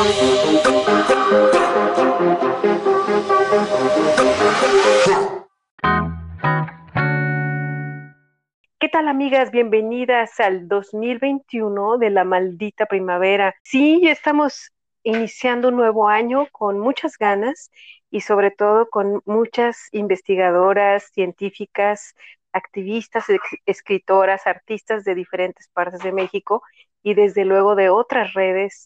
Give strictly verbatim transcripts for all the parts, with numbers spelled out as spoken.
¿Qué tal, amigas? Bienvenidas al dos mil veintiuno de la maldita primavera. Sí, estamos iniciando un nuevo año con muchas ganas y sobre todo con muchas investigadoras, científicas, activistas, ex- escritoras, artistas de diferentes partes de México y desde luego de otras redes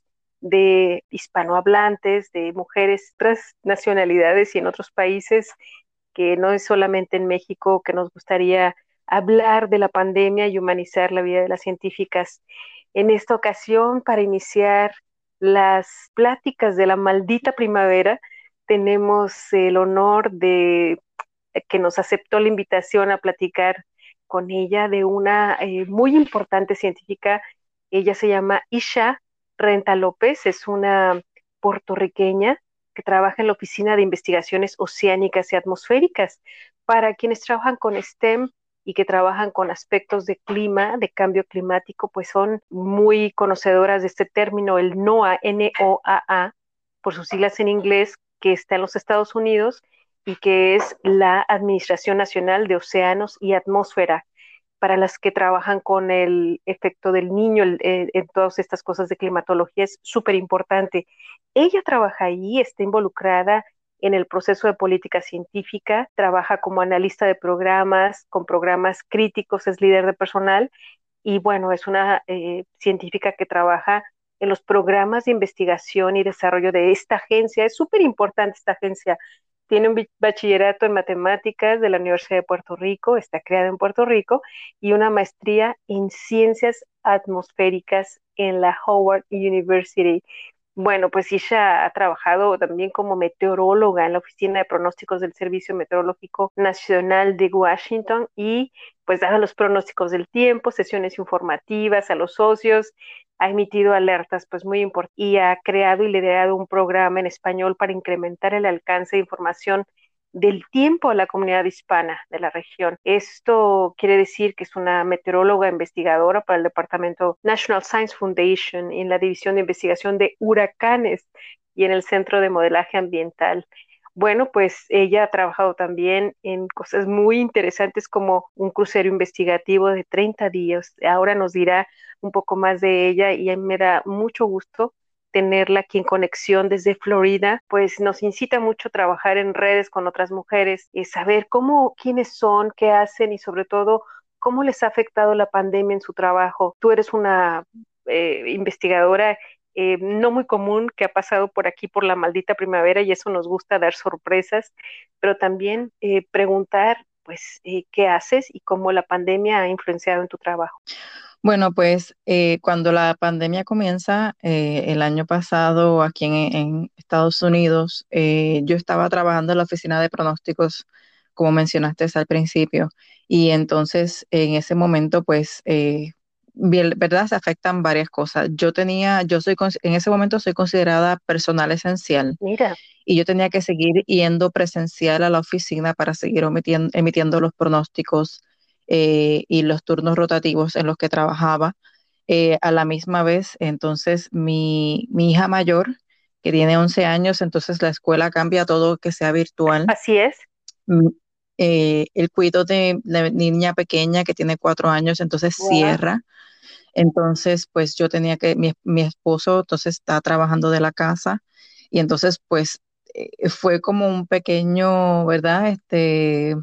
de hispanohablantes, de mujeres, otras nacionalidades y en otros países, que no es solamente en México, que nos gustaría hablar de la pandemia y humanizar la vida de las científicas. En esta ocasión, para iniciar las pláticas de la maldita primavera, tenemos el honor de que nos aceptó la invitación a platicar con ella de una eh, muy importante científica. Ella se llama Isha Renta López, es una puertorriqueña que trabaja en la Oficina de Investigaciones Oceánicas y Atmosféricas. Para quienes trabajan con STEM y que trabajan con aspectos de clima, de cambio climático, pues son muy conocedoras de este término, el NOAA, N O A A, por sus siglas en inglés, que está en los Estados Unidos y que es la Administración Nacional de Océanos y Atmósfera, para las que trabajan con el efecto del niño, el, eh, en todas estas cosas de climatología, es súper importante. Ella trabaja ahí, está involucrada en el proceso de política científica, trabaja como analista de programas, con programas críticos, es líder de personal y bueno, es una eh, científica que trabaja en los programas de investigación y desarrollo de esta agencia. Es súper importante esta agencia. Tiene un bachillerato en matemáticas de la Universidad de Puerto Rico, está creada en Puerto Rico, y una maestría en ciencias atmosféricas en la Howard University. Bueno, pues ella ha trabajado también como meteoróloga en la Oficina de Pronósticos del Servicio Meteorológico Nacional de Washington y pues daba los pronósticos del tiempo, sesiones informativas a los socios, ha emitido alertas pues muy importantes y ha creado y liderado un programa en español para incrementar el alcance de información del tiempo a la comunidad hispana de la región. Esto quiere decir que es una meteoróloga investigadora para el Departamento National Science Foundation en la División de Investigación de Huracanes y en el Centro de Modelaje Ambiental. Bueno, pues ella ha trabajado también en cosas muy interesantes como un crucero investigativo de treinta días. Ahora nos dirá un poco más de ella y a mí me da mucho gusto tenerla aquí en conexión desde Florida, pues nos incita mucho a trabajar en redes con otras mujeres y saber cómo, quiénes son, qué hacen y sobre todo cómo les ha afectado la pandemia en su trabajo. Tú eres una eh, investigadora eh, no muy común que ha pasado por aquí por la maldita primavera y eso nos gusta dar sorpresas, pero también eh, preguntar pues eh, qué haces y cómo la pandemia ha influenciado en tu trabajo. Bueno, pues eh, cuando la pandemia comienza, eh, el año pasado aquí en, en Estados Unidos, eh, yo estaba trabajando en la oficina de pronósticos, como mencionaste al principio, y entonces en ese momento, pues, eh, bien, ¿verdad? Se afectan varias cosas. Yo tenía, yo soy, cons- en ese momento soy considerada personal esencial Mira, y yo tenía que seguir yendo presencial a la oficina para seguir omitiendo- emitiendo los pronósticos eh, y los turnos rotativos en los que trabajaba. Eh, a la misma vez, entonces, mi, mi hija mayor, que tiene once años, entonces la escuela cambia todo que sea virtual. así es. Mm, eh, el cuidado de la niña pequeña que tiene cuatro años, entonces Wow. cierra. Entonces, pues yo tenía que, mi, mi esposo entonces está trabajando de la casa y entonces, pues eh, fue como un pequeño, ¿verdad? Este,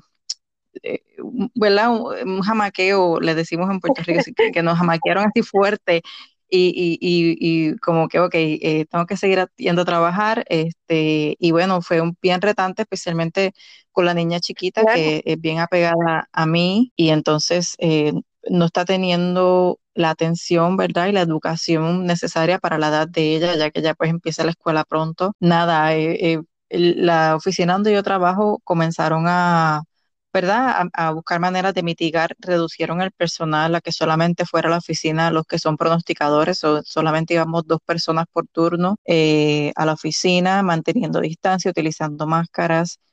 eh, un- ¿verdad? Un, un jamaqueo, le decimos en Puerto Rico, así que, que nos jamaquearon así fuerte y, y, y, y como que, ok, eh, tengo que seguir a- yendo a trabajar, este, y bueno, fue un bien retante, especialmente con la niña chiquita Claro. que es bien apegada a mí y entonces eh, no está teniendo la atención, ¿verdad? Y la educación necesaria para la edad de ella, ya que ella pues empieza la escuela pronto. Nada, eh, eh, el- la oficina donde yo trabajo comenzaron a ¿verdad? A, a buscar maneras de mitigar, reducieron el personal a que solamente fuera a la oficina los que son pronosticadores, o solamente íbamos dos personas por turno eh, a la oficina, manteniendo distancia, utilizando máscaras,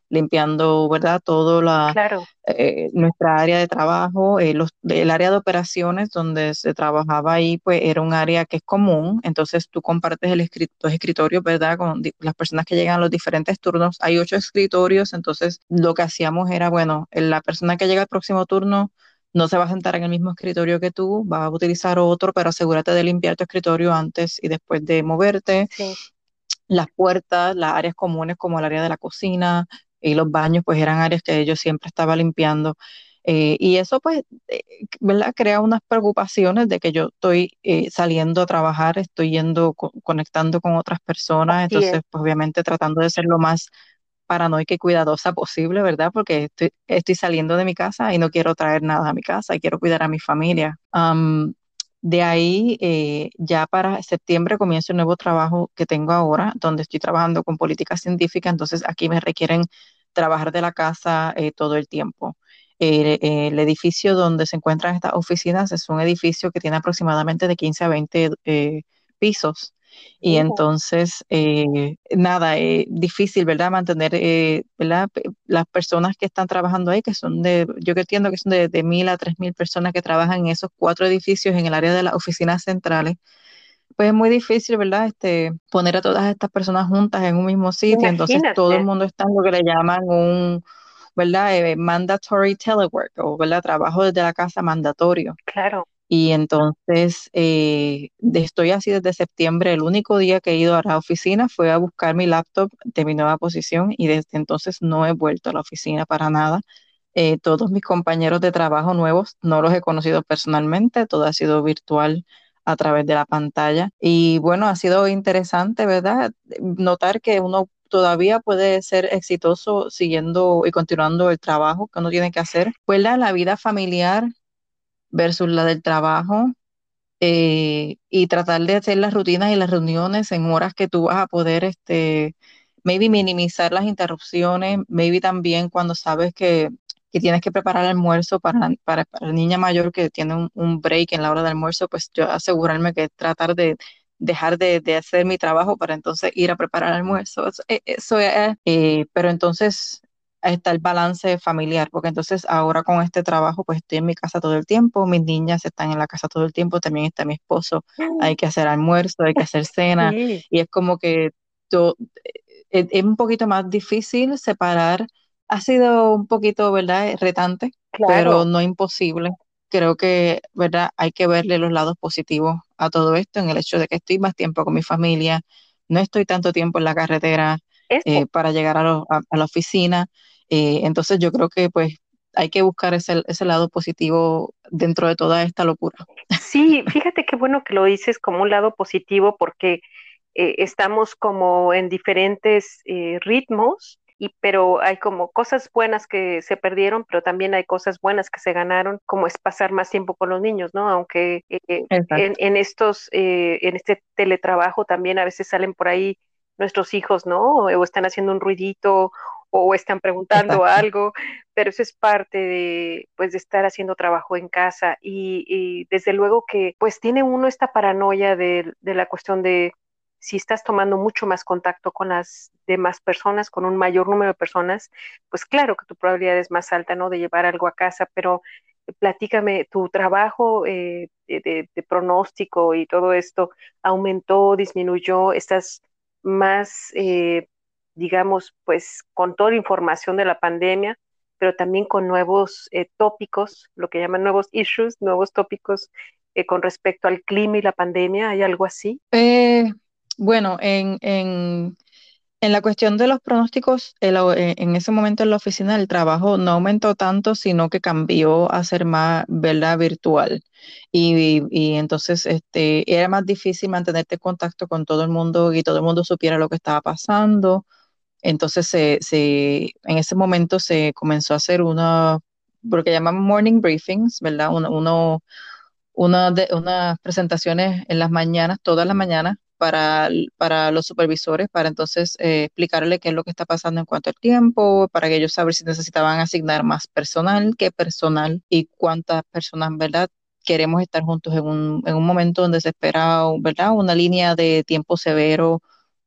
limpiando, ¿verdad? Todo la, claro, eh, nuestra área de trabajo, eh, los, el área de operaciones donde se trabajaba ahí, pues era un área que es común, entonces tú compartes el escrit- los escritorios, ¿verdad? Con di- las personas que llegan a los diferentes turnos. Hay ocho escritorios, entonces lo que hacíamos era, bueno, la persona que llega al próximo turno no se va a sentar en el mismo escritorio que tú, va a utilizar otro, pero asegúrate de limpiar tu escritorio antes y después de moverte. sí, Las puertas, las áreas comunes como el área de la cocina y los baños, pues eran áreas que yo siempre estaba limpiando. Eh, y eso pues, eh, ¿verdad? Crea unas preocupaciones de que yo estoy eh, saliendo a trabajar, estoy yendo, co- conectando con otras personas, así es. entonces pues obviamente tratando de ser lo más paranoica y cuidadosa posible, ¿verdad? Porque estoy, estoy saliendo de mi casa y no quiero traer nada a mi casa y quiero cuidar a mi familia. Am, de ahí, eh, ya para septiembre comienzo el nuevo trabajo que tengo ahora, donde estoy trabajando con política científica, entonces aquí me requieren trabajar de la casa eh, todo el tiempo. Eh, eh, el edificio donde se encuentran estas oficinas es un edificio que tiene aproximadamente de quince a veinte eh, pisos. Y Oh, entonces, eh, nada, eh, difícil, ¿verdad? Mantener, eh, ¿verdad? Pe- Las personas que están trabajando ahí, que son de, yo que entiendo que son de, de mil a tres mil personas que trabajan en esos cuatro edificios en el área de las oficinas centrales, pues es muy difícil, ¿verdad? Este, poner a todas estas personas juntas en un mismo sitio. Entonces, todo el imagínate, mundo está en lo que le llaman un, ¿verdad? Eh, mandatory telework o, ¿verdad? Trabajo desde la casa mandatorio. claro, Y entonces eh, de- estoy así desde septiembre. El único día que he ido a la oficina fue a buscar mi laptop de mi nueva posición y desde entonces no he vuelto a la oficina para nada. Eh, todos mis compañeros de trabajo nuevos no los he conocido personalmente, todo ha sido virtual a través de la pantalla. Y bueno, ha sido interesante, ¿verdad? Notar que uno todavía puede ser exitoso siguiendo y continuando el trabajo que uno tiene que hacer. Pues la la vida familiar versus la del trabajo, eh, y tratar de hacer las rutinas y las reuniones en horas que tú vas a poder, este, maybe minimizar las interrupciones, maybe también cuando sabes que, que tienes que preparar el almuerzo para, la- para, para la niña mayor que tiene un, un break en la hora del almuerzo, pues yo asegurarme que tratar de dejar de, de hacer mi trabajo para entonces ir a preparar el almuerzo. Eso, eh, eso es, eh, pero entonces está el balance familiar, porque entonces ahora con este trabajo pues estoy en mi casa todo el tiempo, mis niñas están en la casa todo el tiempo, también está mi esposo, hay que hacer almuerzo, hay que hacer cena, sí, y es como que to- es, es un poquito más difícil separar, ha sido un poquito, ¿verdad?, retante, pero claro. no imposible. Creo que, ¿verdad?, hay que verle los lados positivos a todo esto, en el hecho de que estoy más tiempo con mi familia, no estoy tanto tiempo en la carretera eh, Eso. para llegar a, lo- a a la oficina. Eh, entonces yo creo que pues hay que buscar ese, ese lado positivo dentro de toda esta locura. Sí, fíjate qué bueno que lo dices como un lado positivo porque eh, estamos como en diferentes eh, ritmos, y, pero hay como cosas buenas que se perdieron, pero también hay cosas buenas que se ganaron, como es pasar más tiempo con los niños, ¿no? Aunque eh, en, Exacto. en estos, eh, en este teletrabajo también a veces salen por ahí nuestros hijos, ¿no? O están haciendo un ruidito o están preguntando Exacto. algo, pero eso es parte de, pues, de estar haciendo trabajo en casa y, y desde luego que, pues, tiene uno esta paranoia de, de la cuestión de si estás tomando mucho más contacto con las demás personas, con un mayor número de personas, pues claro que tu probabilidad es más alta, ¿no? De llevar algo a casa, pero eh, platícame, ¿tu trabajo eh, de, de- de pronóstico y todo esto aumentó, disminuyó? ¿Estás más, eh, digamos, pues con toda la información de la pandemia, pero también con nuevos eh, tópicos, lo que llaman nuevos issues, nuevos tópicos eh, con respecto al clima y la pandemia? ¿Hay algo así? Eh, bueno, en, en, en la cuestión de los pronósticos, el- eh, en ese momento en la oficina el trabajo no aumentó tanto, sino que cambió a ser más, ¿verdad?, virtual. Y, y entonces este, era más difícil mantenerte en contacto con todo el mundo y todo el mundo supiera lo que estaba pasando. Entonces, se, se, en ese momento se comenzó a hacer una, lo que llamamos morning briefings, ¿verdad? Uno, uno- una de, unas presentaciones en las mañanas, todas las mañanas, para, el- para los supervisores, para entonces eh, explicarle qué es lo que está pasando en cuanto al tiempo, para que ellos saber si necesitaban asignar más personal, qué personal y cuántas personas, ¿verdad? Queremos estar juntos en un, en un momento donde se espera, ¿verdad?, una línea de tiempo severo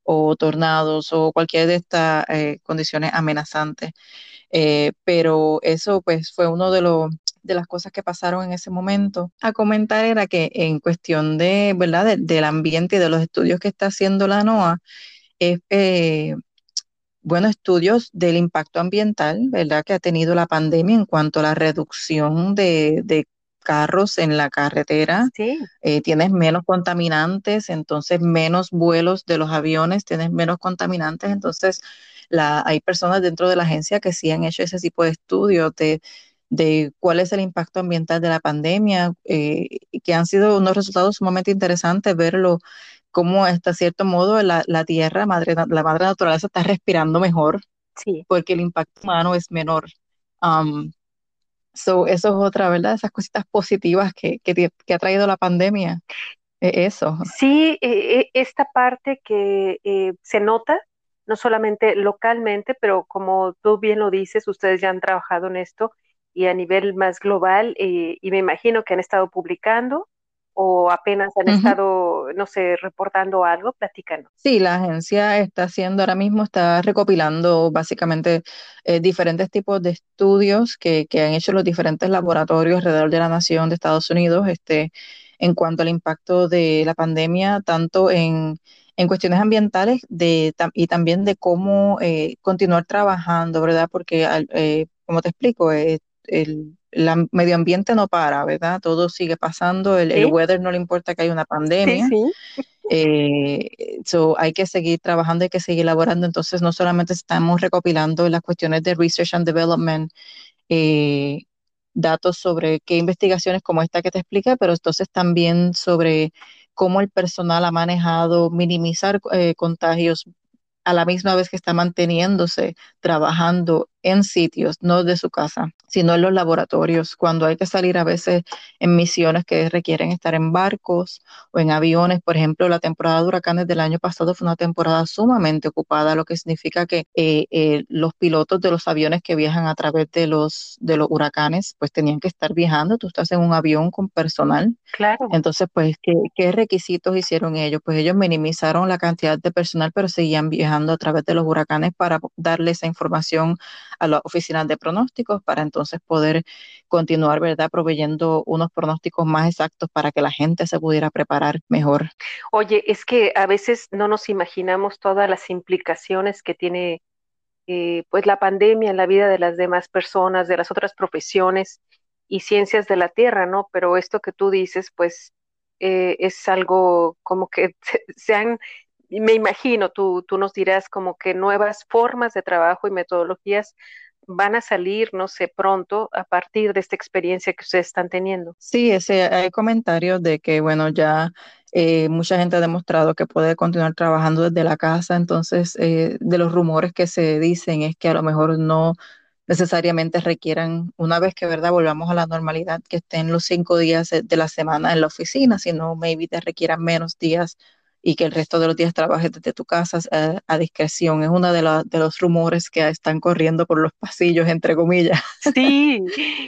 o tornados o cualquier de estas eh, condiciones amenazantes. Eh, pero eso pues fue uno de los de las cosas que pasaron en ese momento. A comentar era que en cuestión de, ¿verdad? de- del ambiente y de los estudios que está haciendo la NOAA, es, eh, bueno, estudios del impacto ambiental, ¿verdad? Que ha tenido la pandemia en cuanto a la reducción de, de carros en la carretera. Sí, Eh, tienes menos contaminantes, entonces menos vuelos de los aviones, tienes menos contaminantes. Entonces, la, hay personas dentro de la agencia que sí han hecho ese tipo de estudios de, de cuál es el impacto ambiental de la pandemia, eh, y que han sido unos resultados sumamente interesantes verlo cómo hasta cierto modo la, la tierra, madre, la madre naturaleza está respirando mejor sí. porque el impacto humano es menor. Um, so, eso es otra, ¿verdad? Esas cositas positivas que, que, tie- que ha traído la pandemia. E- Eso. Sí, eh, eh, esta parte que eh, se nota, no solamente localmente, pero como tú bien lo dices, ustedes ya han trabajado en esto y a nivel más global, eh, y me imagino que han estado publicando o apenas han Ujú. estado, no sé, reportando algo, platícanos. Sí, la agencia está haciendo ahora mismo, está recopilando básicamente eh, diferentes tipos de estudios que, que han hecho los diferentes laboratorios alrededor de la nación de Estados Unidos, este, en cuanto al impacto de la pandemia, tanto en, en cuestiones ambientales de, tam- y también de cómo eh, continuar trabajando, ¿verdad? Porque, al- eh, como te explico, eh, el, la- medio ambiente no para, ¿verdad? Todo sigue pasando, el, el Sí, weather no le importa que haya una sí, pandemia. sí, Eh, so hay que seguir trabajando, hay que seguir elaborando. Entonces, no solamente estamos recopilando las cuestiones de Research and Development, eh, datos sobre qué investigaciones como esta que te expliqué, pero entonces también sobre cómo el personal ha manejado minimizar eh, contagios a la misma vez que está manteniéndose trabajando en sitios, no de su casa, sino en los laboratorios, cuando hay que salir a veces en misiones que requieren estar en barcos o en aviones. Por ejemplo, la temporada de huracanes del año pasado fue una temporada sumamente ocupada, lo que significa que eh, eh, los pilotos de los aviones que viajan a través de los, de los huracanes, pues tenían que estar viajando. Tú estás en un avión con personal, claro. entonces, pues, ¿qué, qué requisitos hicieron ellos? Pues ellos minimizaron la cantidad de personal, pero seguían viajando a través de los huracanes para darle esa información a las oficinas de pronósticos para entonces poder continuar, ¿verdad? Proveyendo unos pronósticos más exactos para que la gente se pudiera preparar mejor. Oye, es que a veces no nos imaginamos todas las implicaciones que tiene eh, pues la pandemia en la vida de las demás personas, de las otras profesiones y ciencias de la Tierra, ¿no? Pero esto que tú dices, pues eh, es algo como que se, se han, me imagino, tú, tú nos dirás como que nuevas formas de trabajo y metodologías van a salir, no sé, pronto a partir de esta experiencia que ustedes están teniendo. Sí, ese, hay comentarios de que, bueno, ya eh, mucha gente ha demostrado que puede continuar trabajando desde la casa, entonces eh, de los rumores que se dicen es que a lo mejor no necesariamente requieran, una vez que, ¿verdad?, volvamos a la normalidad, que estén los cinco días de de la semana en la oficina, sino maybe te requieran menos días y que el resto de los días trabajes desde tu casa eh, a discreción. Es uno de, la- de los rumores que están corriendo por los pasillos, entre comillas. Sí,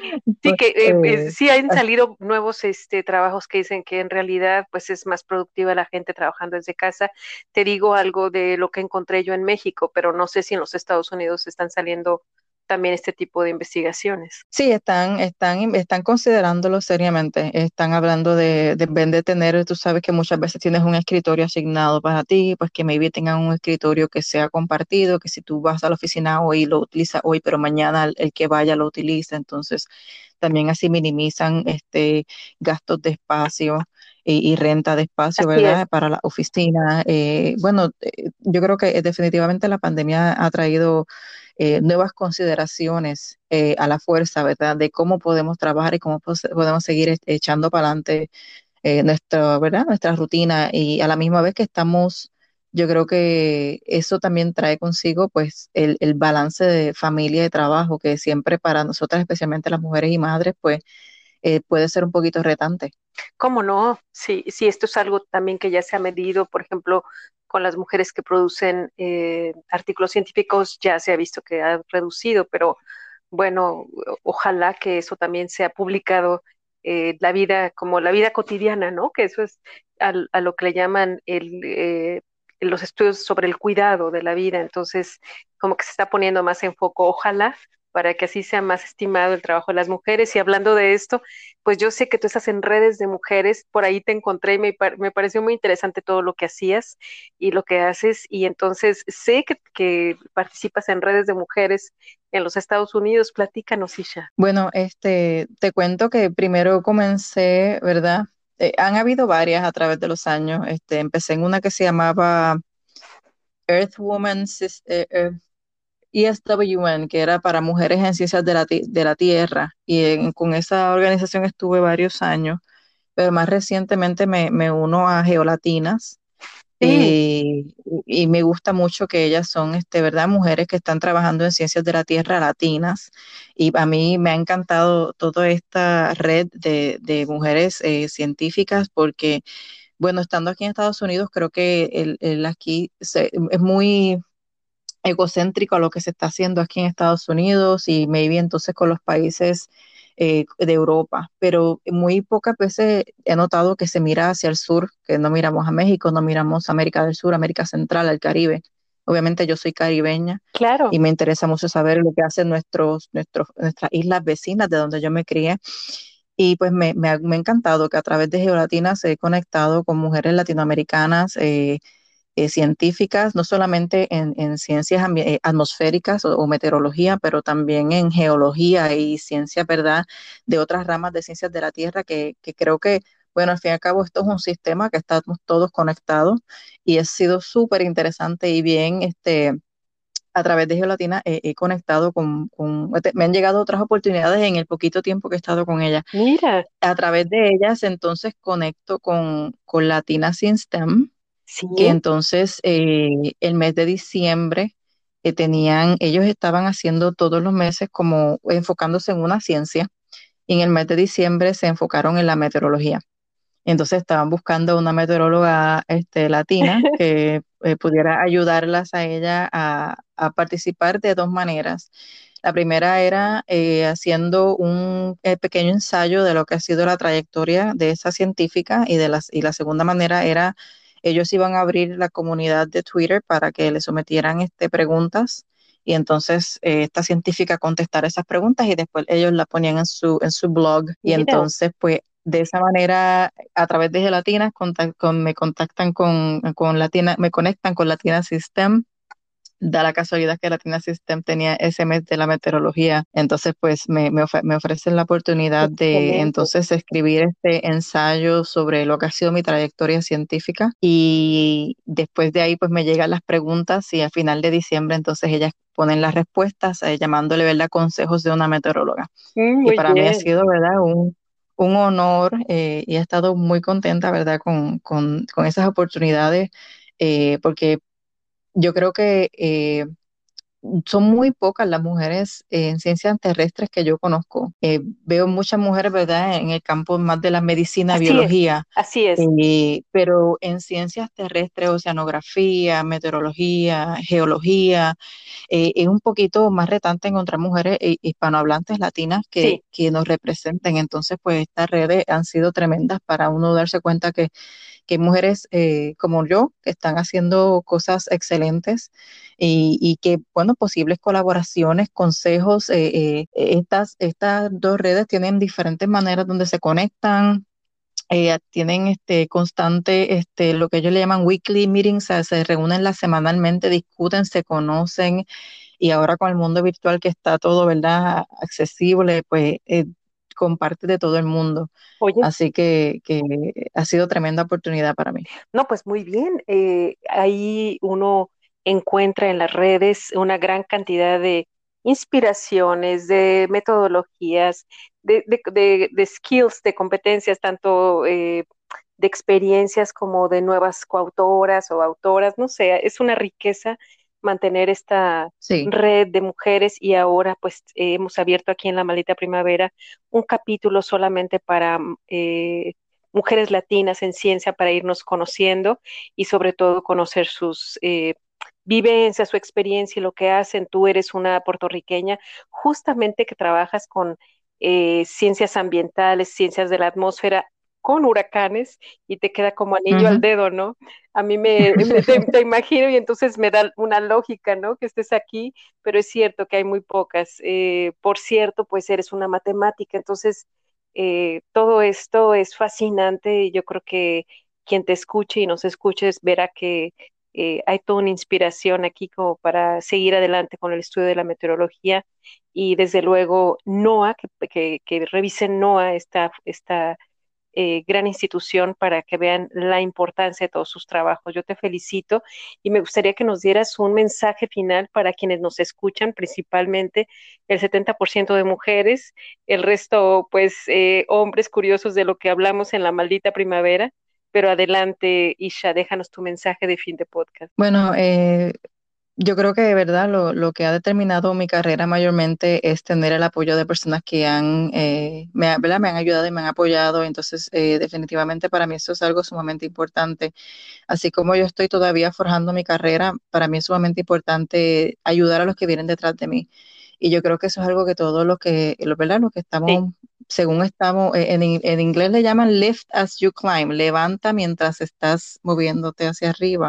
sí Pues, que eh, eh, eh, sí han salido nuevos este, trabajos que dicen que en realidad pues es más productiva la gente trabajando desde casa. Te digo algo de lo que encontré yo en México, pero no sé si en los Estados Unidos están saliendo también este tipo de investigaciones. Sí, están, están, están considerándolo seriamente. Están hablando de, de, en vez de tener, tú sabes que muchas veces tienes un escritorio asignado para ti, pues que maybe tengan un escritorio que sea compartido, que si tú vas a la oficina hoy lo utilizas hoy, pero mañana el, el que vaya lo utiliza. Entonces, también así minimizan este gastos de espacio y, y renta de espacio, Así es. ¿verdad? Para la oficina. Eh, bueno, eh, yo creo que eh, definitivamente la pandemia ha traído eh, nuevas consideraciones eh, a la fuerza, ¿verdad? De cómo podemos trabajar y cómo pos- podemos seguir e- echando para adelante eh, nuestra, ¿verdad? Nuestra rutina y a la misma vez que estamos, yo creo que eso también trae consigo pues el, el balance de familia y trabajo que siempre para nosotras, especialmente las mujeres y madres, pues eh, puede ser un poquito retante. ¿Cómo no? Sí, sí, esto es algo también que ya se ha medido, por ejemplo, con las mujeres que producen eh, artículos científicos, ya se ha visto que ha reducido, pero bueno, ojalá que eso también sea publicado, eh, la vida, como la vida cotidiana, ¿no? Que eso es al- a, lo que le llaman el, eh, los estudios sobre el cuidado de la vida, entonces como que se está poniendo más en foco, ojalá, para que así sea más estimado el trabajo de las mujeres. Y hablando de esto, pues yo sé que tú estás en redes de mujeres, por ahí te encontré y me, par- me pareció muy interesante todo lo que hacías y lo que haces, y entonces sé que, que participas en redes de mujeres en los Estados Unidos. Platícanos, Isha. Bueno, este, te cuento que primero comencé, ¿verdad? Eh, han habido varias a través de los años. Este, empecé en una que se llamaba Earth Woman Sis- eh, eh, E S W N, que era para mujeres en ciencias de la, ti- de la tierra. Y en- con esa organización estuve varios años, pero más recientemente me, me uno a Geolatinas. Sí, Y, y me gusta mucho que ellas son, este, ¿verdad? Mujeres que están trabajando en ciencias de la tierra latinas. Y a mí me ha encantado toda esta red de, de mujeres eh, científicas porque, bueno, estando aquí en Estados Unidos, creo que el, el aquí se- es muy egocéntrico a lo que se está haciendo aquí en Estados Unidos y maybe entonces con los países eh, de Europa, pero muy pocas veces he notado que se mira hacia el sur, que no miramos a México, no miramos a América del Sur, América Central, al Caribe. Obviamente yo soy caribeña claro. y me interesa mucho saber lo que hacen nuestros, nuestros, nuestras islas vecinas de donde yo me crié. Y pues me, me ha, me ha encantado que a través de Geolatinas he conectado con mujeres latinoamericanas, eh, eh, científicas, no solamente en, en ciencias ambi- eh, atmosféricas o, o meteorología, pero también en geología y ciencia, ¿verdad?, de otras ramas de ciencias de la Tierra, que, que creo que, bueno, al fin y al cabo esto es un sistema que estamos todos conectados y ha sido súper interesante y bien, este, a través de Geolatina eh, he conectado con, con, me han llegado otras oportunidades en el poquito tiempo que he estado con ella. Mira, A través de ellas entonces conecto con, con Latina Sin STEM, sí, que entonces eh, el mes de diciembre eh, tenían, ellos estaban haciendo todos los meses como enfocándose en una ciencia y en el mes de diciembre se enfocaron en la meteorología. Entonces estaban buscando una meteoróloga este, latina que eh, pudiera ayudarlas a ella a, a participar de dos maneras. La primera era eh, haciendo un eh, pequeño ensayo de lo que ha sido la trayectoria de esa científica y, de las, y la segunda manera era ellos iban a abrir la comunidad de Twitter para que le sometieran este, preguntas y entonces eh, esta científica contestara esas preguntas y después ellos la ponían en su, en su blog y mira, entonces pues de esa manera a través de Gelatinas contac- con- me contactan con, con Latina, me conectan con Latina System. Da la casualidad que Latina System tenía ese mes de la meteorología, entonces pues me, me, ofe- me ofrecen la oportunidad de excelente. entonces escribir este ensayo sobre lo que ha sido mi trayectoria científica y después de ahí pues me llegan las preguntas y a final de diciembre entonces ellas ponen las respuestas eh, llamándole, ¿verdad?, consejos de una meteoróloga. Mm, Y muy para mí ha bien. sido, ¿verdad?, un, un honor eh, y he estado muy contenta, ¿verdad?, con, con, con esas oportunidades, eh, porque yo creo que eh, son muy pocas las mujeres eh, en ciencias terrestres que yo conozco. Eh, veo muchas mujeres, ¿verdad?, en el campo más de la medicina, Así es, biología, así es. eh, pero en ciencias terrestres, oceanografía, meteorología, geología, eh, es un poquito más retante encontrar mujeres eh, hispanohablantes latinas que, Sí, que nos representen. Entonces, pues estas redes han sido tremendas para uno darse cuenta que, que hay mujeres eh, como yo que están haciendo cosas excelentes y, y que, bueno, posibles colaboraciones, consejos. Eh, eh, estas, estas dos redes tienen diferentes maneras donde se conectan, eh, tienen este constante, este, lo que ellos le llaman weekly meetings, o sea, se reúnen la semanalmente, discuten, se conocen, y ahora con el mundo virtual que está todo, ¿verdad?, accesible, pues eh, comparte de todo el mundo. oye, Así que, que ha sido tremenda oportunidad para mí. no, pues muy bien. Eh, ahí uno encuentra en las redes una gran cantidad de inspiraciones, de metodologías, de, de, de- de skills, de competencias, tanto eh, de experiencias como de nuevas coautoras o autoras. No sé, es una riqueza mantener esta Sí, red de mujeres, y ahora pues eh, hemos abierto aquí en La Maldita Primavera un capítulo solamente para eh, mujeres latinas en ciencia, para irnos conociendo y sobre todo conocer sus eh, vivencias, su experiencia y lo que hacen. Tú eres una puertorriqueña justamente que trabajas con eh, ciencias ambientales, ciencias de la atmósfera, con huracanes y te queda como anillo al Ujú. dedo, ¿no? A mí me, me- te, te imagino y entonces me da una lógica, ¿no? Que estés aquí, pero es cierto que hay muy pocas. Eh, por cierto, pues eres una matemática, entonces eh, todo esto es fascinante y yo creo que quien te escuche y nos escuches verá que eh, hay toda una inspiración aquí como para seguir adelante con el estudio de la meteorología y desde luego NOAA, que, que, que revisen NOAA, esta, esta eh, gran institución para que vean la importancia de todos sus trabajos. Yo te felicito y me gustaría que nos dieras un mensaje final para quienes nos escuchan, principalmente el setenta por ciento de mujeres, el resto pues eh, hombres curiosos de lo que hablamos en la maldita primavera. Pero adelante, Isha, déjanos tu mensaje de fin de podcast. Bueno, eh, yo creo que de verdad lo, lo que ha determinado mi carrera mayormente es tener el apoyo de personas que han, eh, me, ha- ¿verdad? Me han ayudado y me han apoyado. Entonces, eh, definitivamente para mí eso es algo sumamente importante. Así como yo estoy todavía forjando mi carrera, para mí es sumamente importante ayudar a los que vienen detrás de mí. Y yo creo que eso es algo que todos los que, los, ¿verdad? Los que Sí, estamos, según estamos, eh, en, in- en inglés le llaman lift as you climb, levanta mientras estás moviéndote hacia arriba.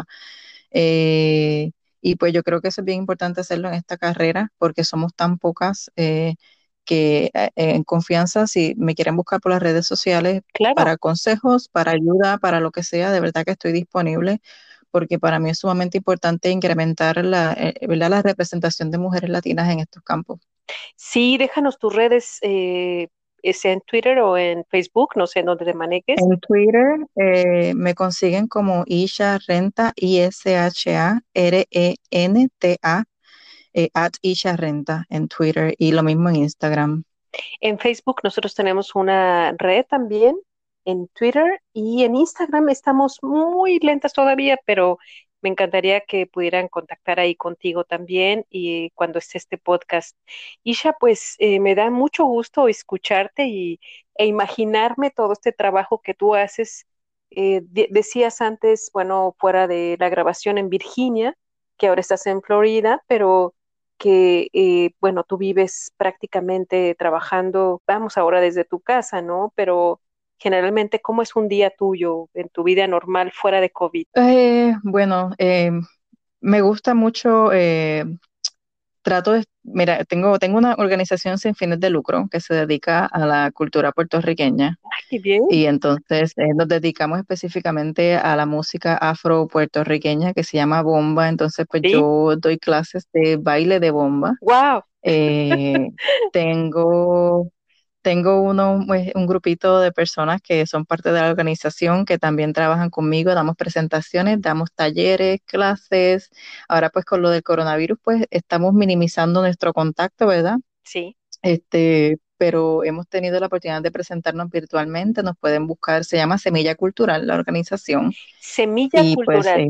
Eh, y pues yo creo que eso es bien importante hacerlo en esta carrera porque somos tan pocas eh, que eh, en confianza, si me quieren buscar por las redes sociales claro. para consejos, para ayuda, para lo que sea, de verdad que estoy disponible porque para mí es sumamente importante incrementar la, eh, ¿verdad? La representación de mujeres latinas en estos campos. Sí, déjanos tus redes, eh, es en Twitter o en Facebook, no sé en dónde te manejes. En Twitter eh, me consiguen como Isha Renta, I S H A R E N T A, eh, at Isha Renta en Twitter y lo mismo en Instagram. En Facebook nosotros tenemos una red también, en Twitter y en Instagram estamos muy lentas todavía, pero me encantaría que pudieran contactar ahí contigo también y cuando esté este podcast. Isha, pues eh, me da mucho gusto escucharte y, e imaginarme todo este trabajo que tú haces. Eh, de- decías antes, bueno, fuera de la grabación en Virginia, que ahora estás en Florida, pero que, eh, bueno, tú vives prácticamente trabajando, vamos ahora desde tu casa, ¿no? Pero generalmente, ¿cómo es un día tuyo en tu vida normal fuera de COVID? Eh, bueno, eh, me gusta mucho, eh, trato de, mira, tengo, tengo una organización sin fines de lucro que se dedica a la cultura puertorriqueña Ay, qué bien, y entonces eh, nos dedicamos específicamente a la música afro-puertorriqueña que se llama bomba, entonces pues sí, yo doy clases de baile de bomba. wow, Eh, tengo Tengo uno, pues, un grupito de personas que son parte de la organización que también trabajan conmigo, damos presentaciones, damos talleres, clases. Ahora pues con lo del coronavirus pues estamos minimizando nuestro contacto, ¿verdad? sí, Este, pero hemos tenido la oportunidad de presentarnos virtualmente, nos pueden buscar, se llama Semilla Cultural, la organización, Semilla y pues Cultural. eh,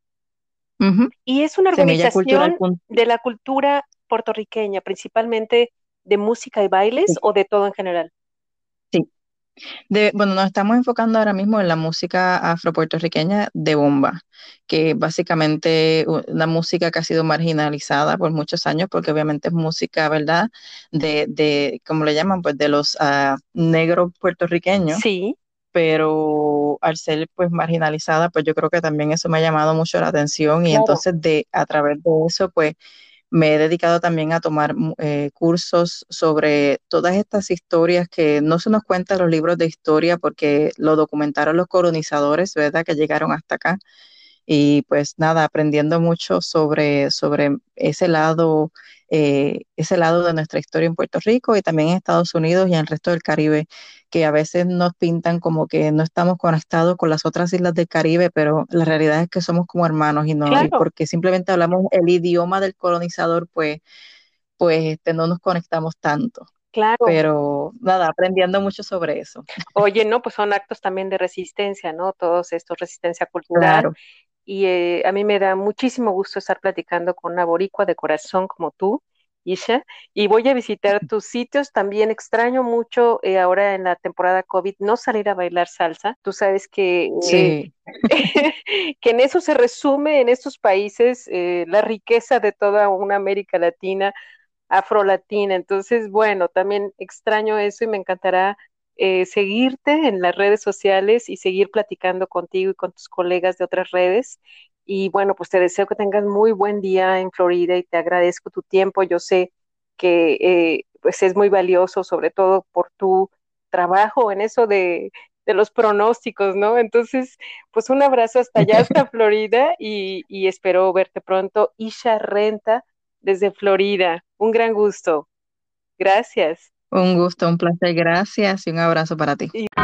ujú, Y es una semilla cultural. organización de la cultura puertorriqueña, principalmente de música y bailes o de todo en general. Sí, de, bueno, nos estamos enfocando ahora mismo en la música afropuertorriqueña de bomba, que básicamente u- una música que ha sido marginalizada por muchos años, porque obviamente es música, ¿verdad? De, de ¿cómo le llaman? Pues de los ah, negros puertorriqueños, Sí, pero al ser pues marginalizada, pues yo creo que también eso me ha llamado mucho la atención y claro, entonces de a través de eso, pues me he dedicado también a tomar mu- eh, cursos sobre todas estas historias que no se nos cuentan en los libros de historia porque lo documentaron los colonizadores, ¿verdad? Que llegaron hasta acá. Y pues nada, aprendiendo mucho sobre, sobre ese lado, eh, ese lado de nuestra historia en Puerto Rico y también en Estados Unidos y en el resto del Caribe, que a veces nos pintan como que no estamos conectados con las otras islas del Caribe, pero la realidad es que somos como hermanos y no, y claro, porque simplemente hablamos el idioma del colonizador, pues, pues este, no nos conectamos tanto. claro. Pero nada, aprendiendo mucho sobre eso. Oye, no, pues son actos también de resistencia, ¿no? Todos estos, resistencia cultural. Claro. Y eh, a mí me da muchísimo gusto estar platicando con una boricua de corazón como tú, Isha. Y voy a visitar tus sitios. También extraño mucho eh, ahora en la temporada COVID no salir a bailar salsa. Tú sabes que, eh, Sí, que en eso se resume en estos países eh, la riqueza de toda una América Latina, afrolatina. Entonces, bueno, también extraño eso y me encantará eh, seguirte en las redes sociales y seguir platicando contigo y con tus colegas de otras redes. Y bueno, pues te deseo que tengas muy buen día en Florida y te agradezco tu tiempo. Yo sé que eh, pues es muy valioso, sobre todo por tu trabajo en eso de, de los pronósticos, ¿no? Entonces, pues un abrazo hasta allá, hasta Florida y, y espero verte pronto. Isha Renta desde Florida. Un gran gusto. Gracias. Un gusto, un placer, gracias y un abrazo para ti. Y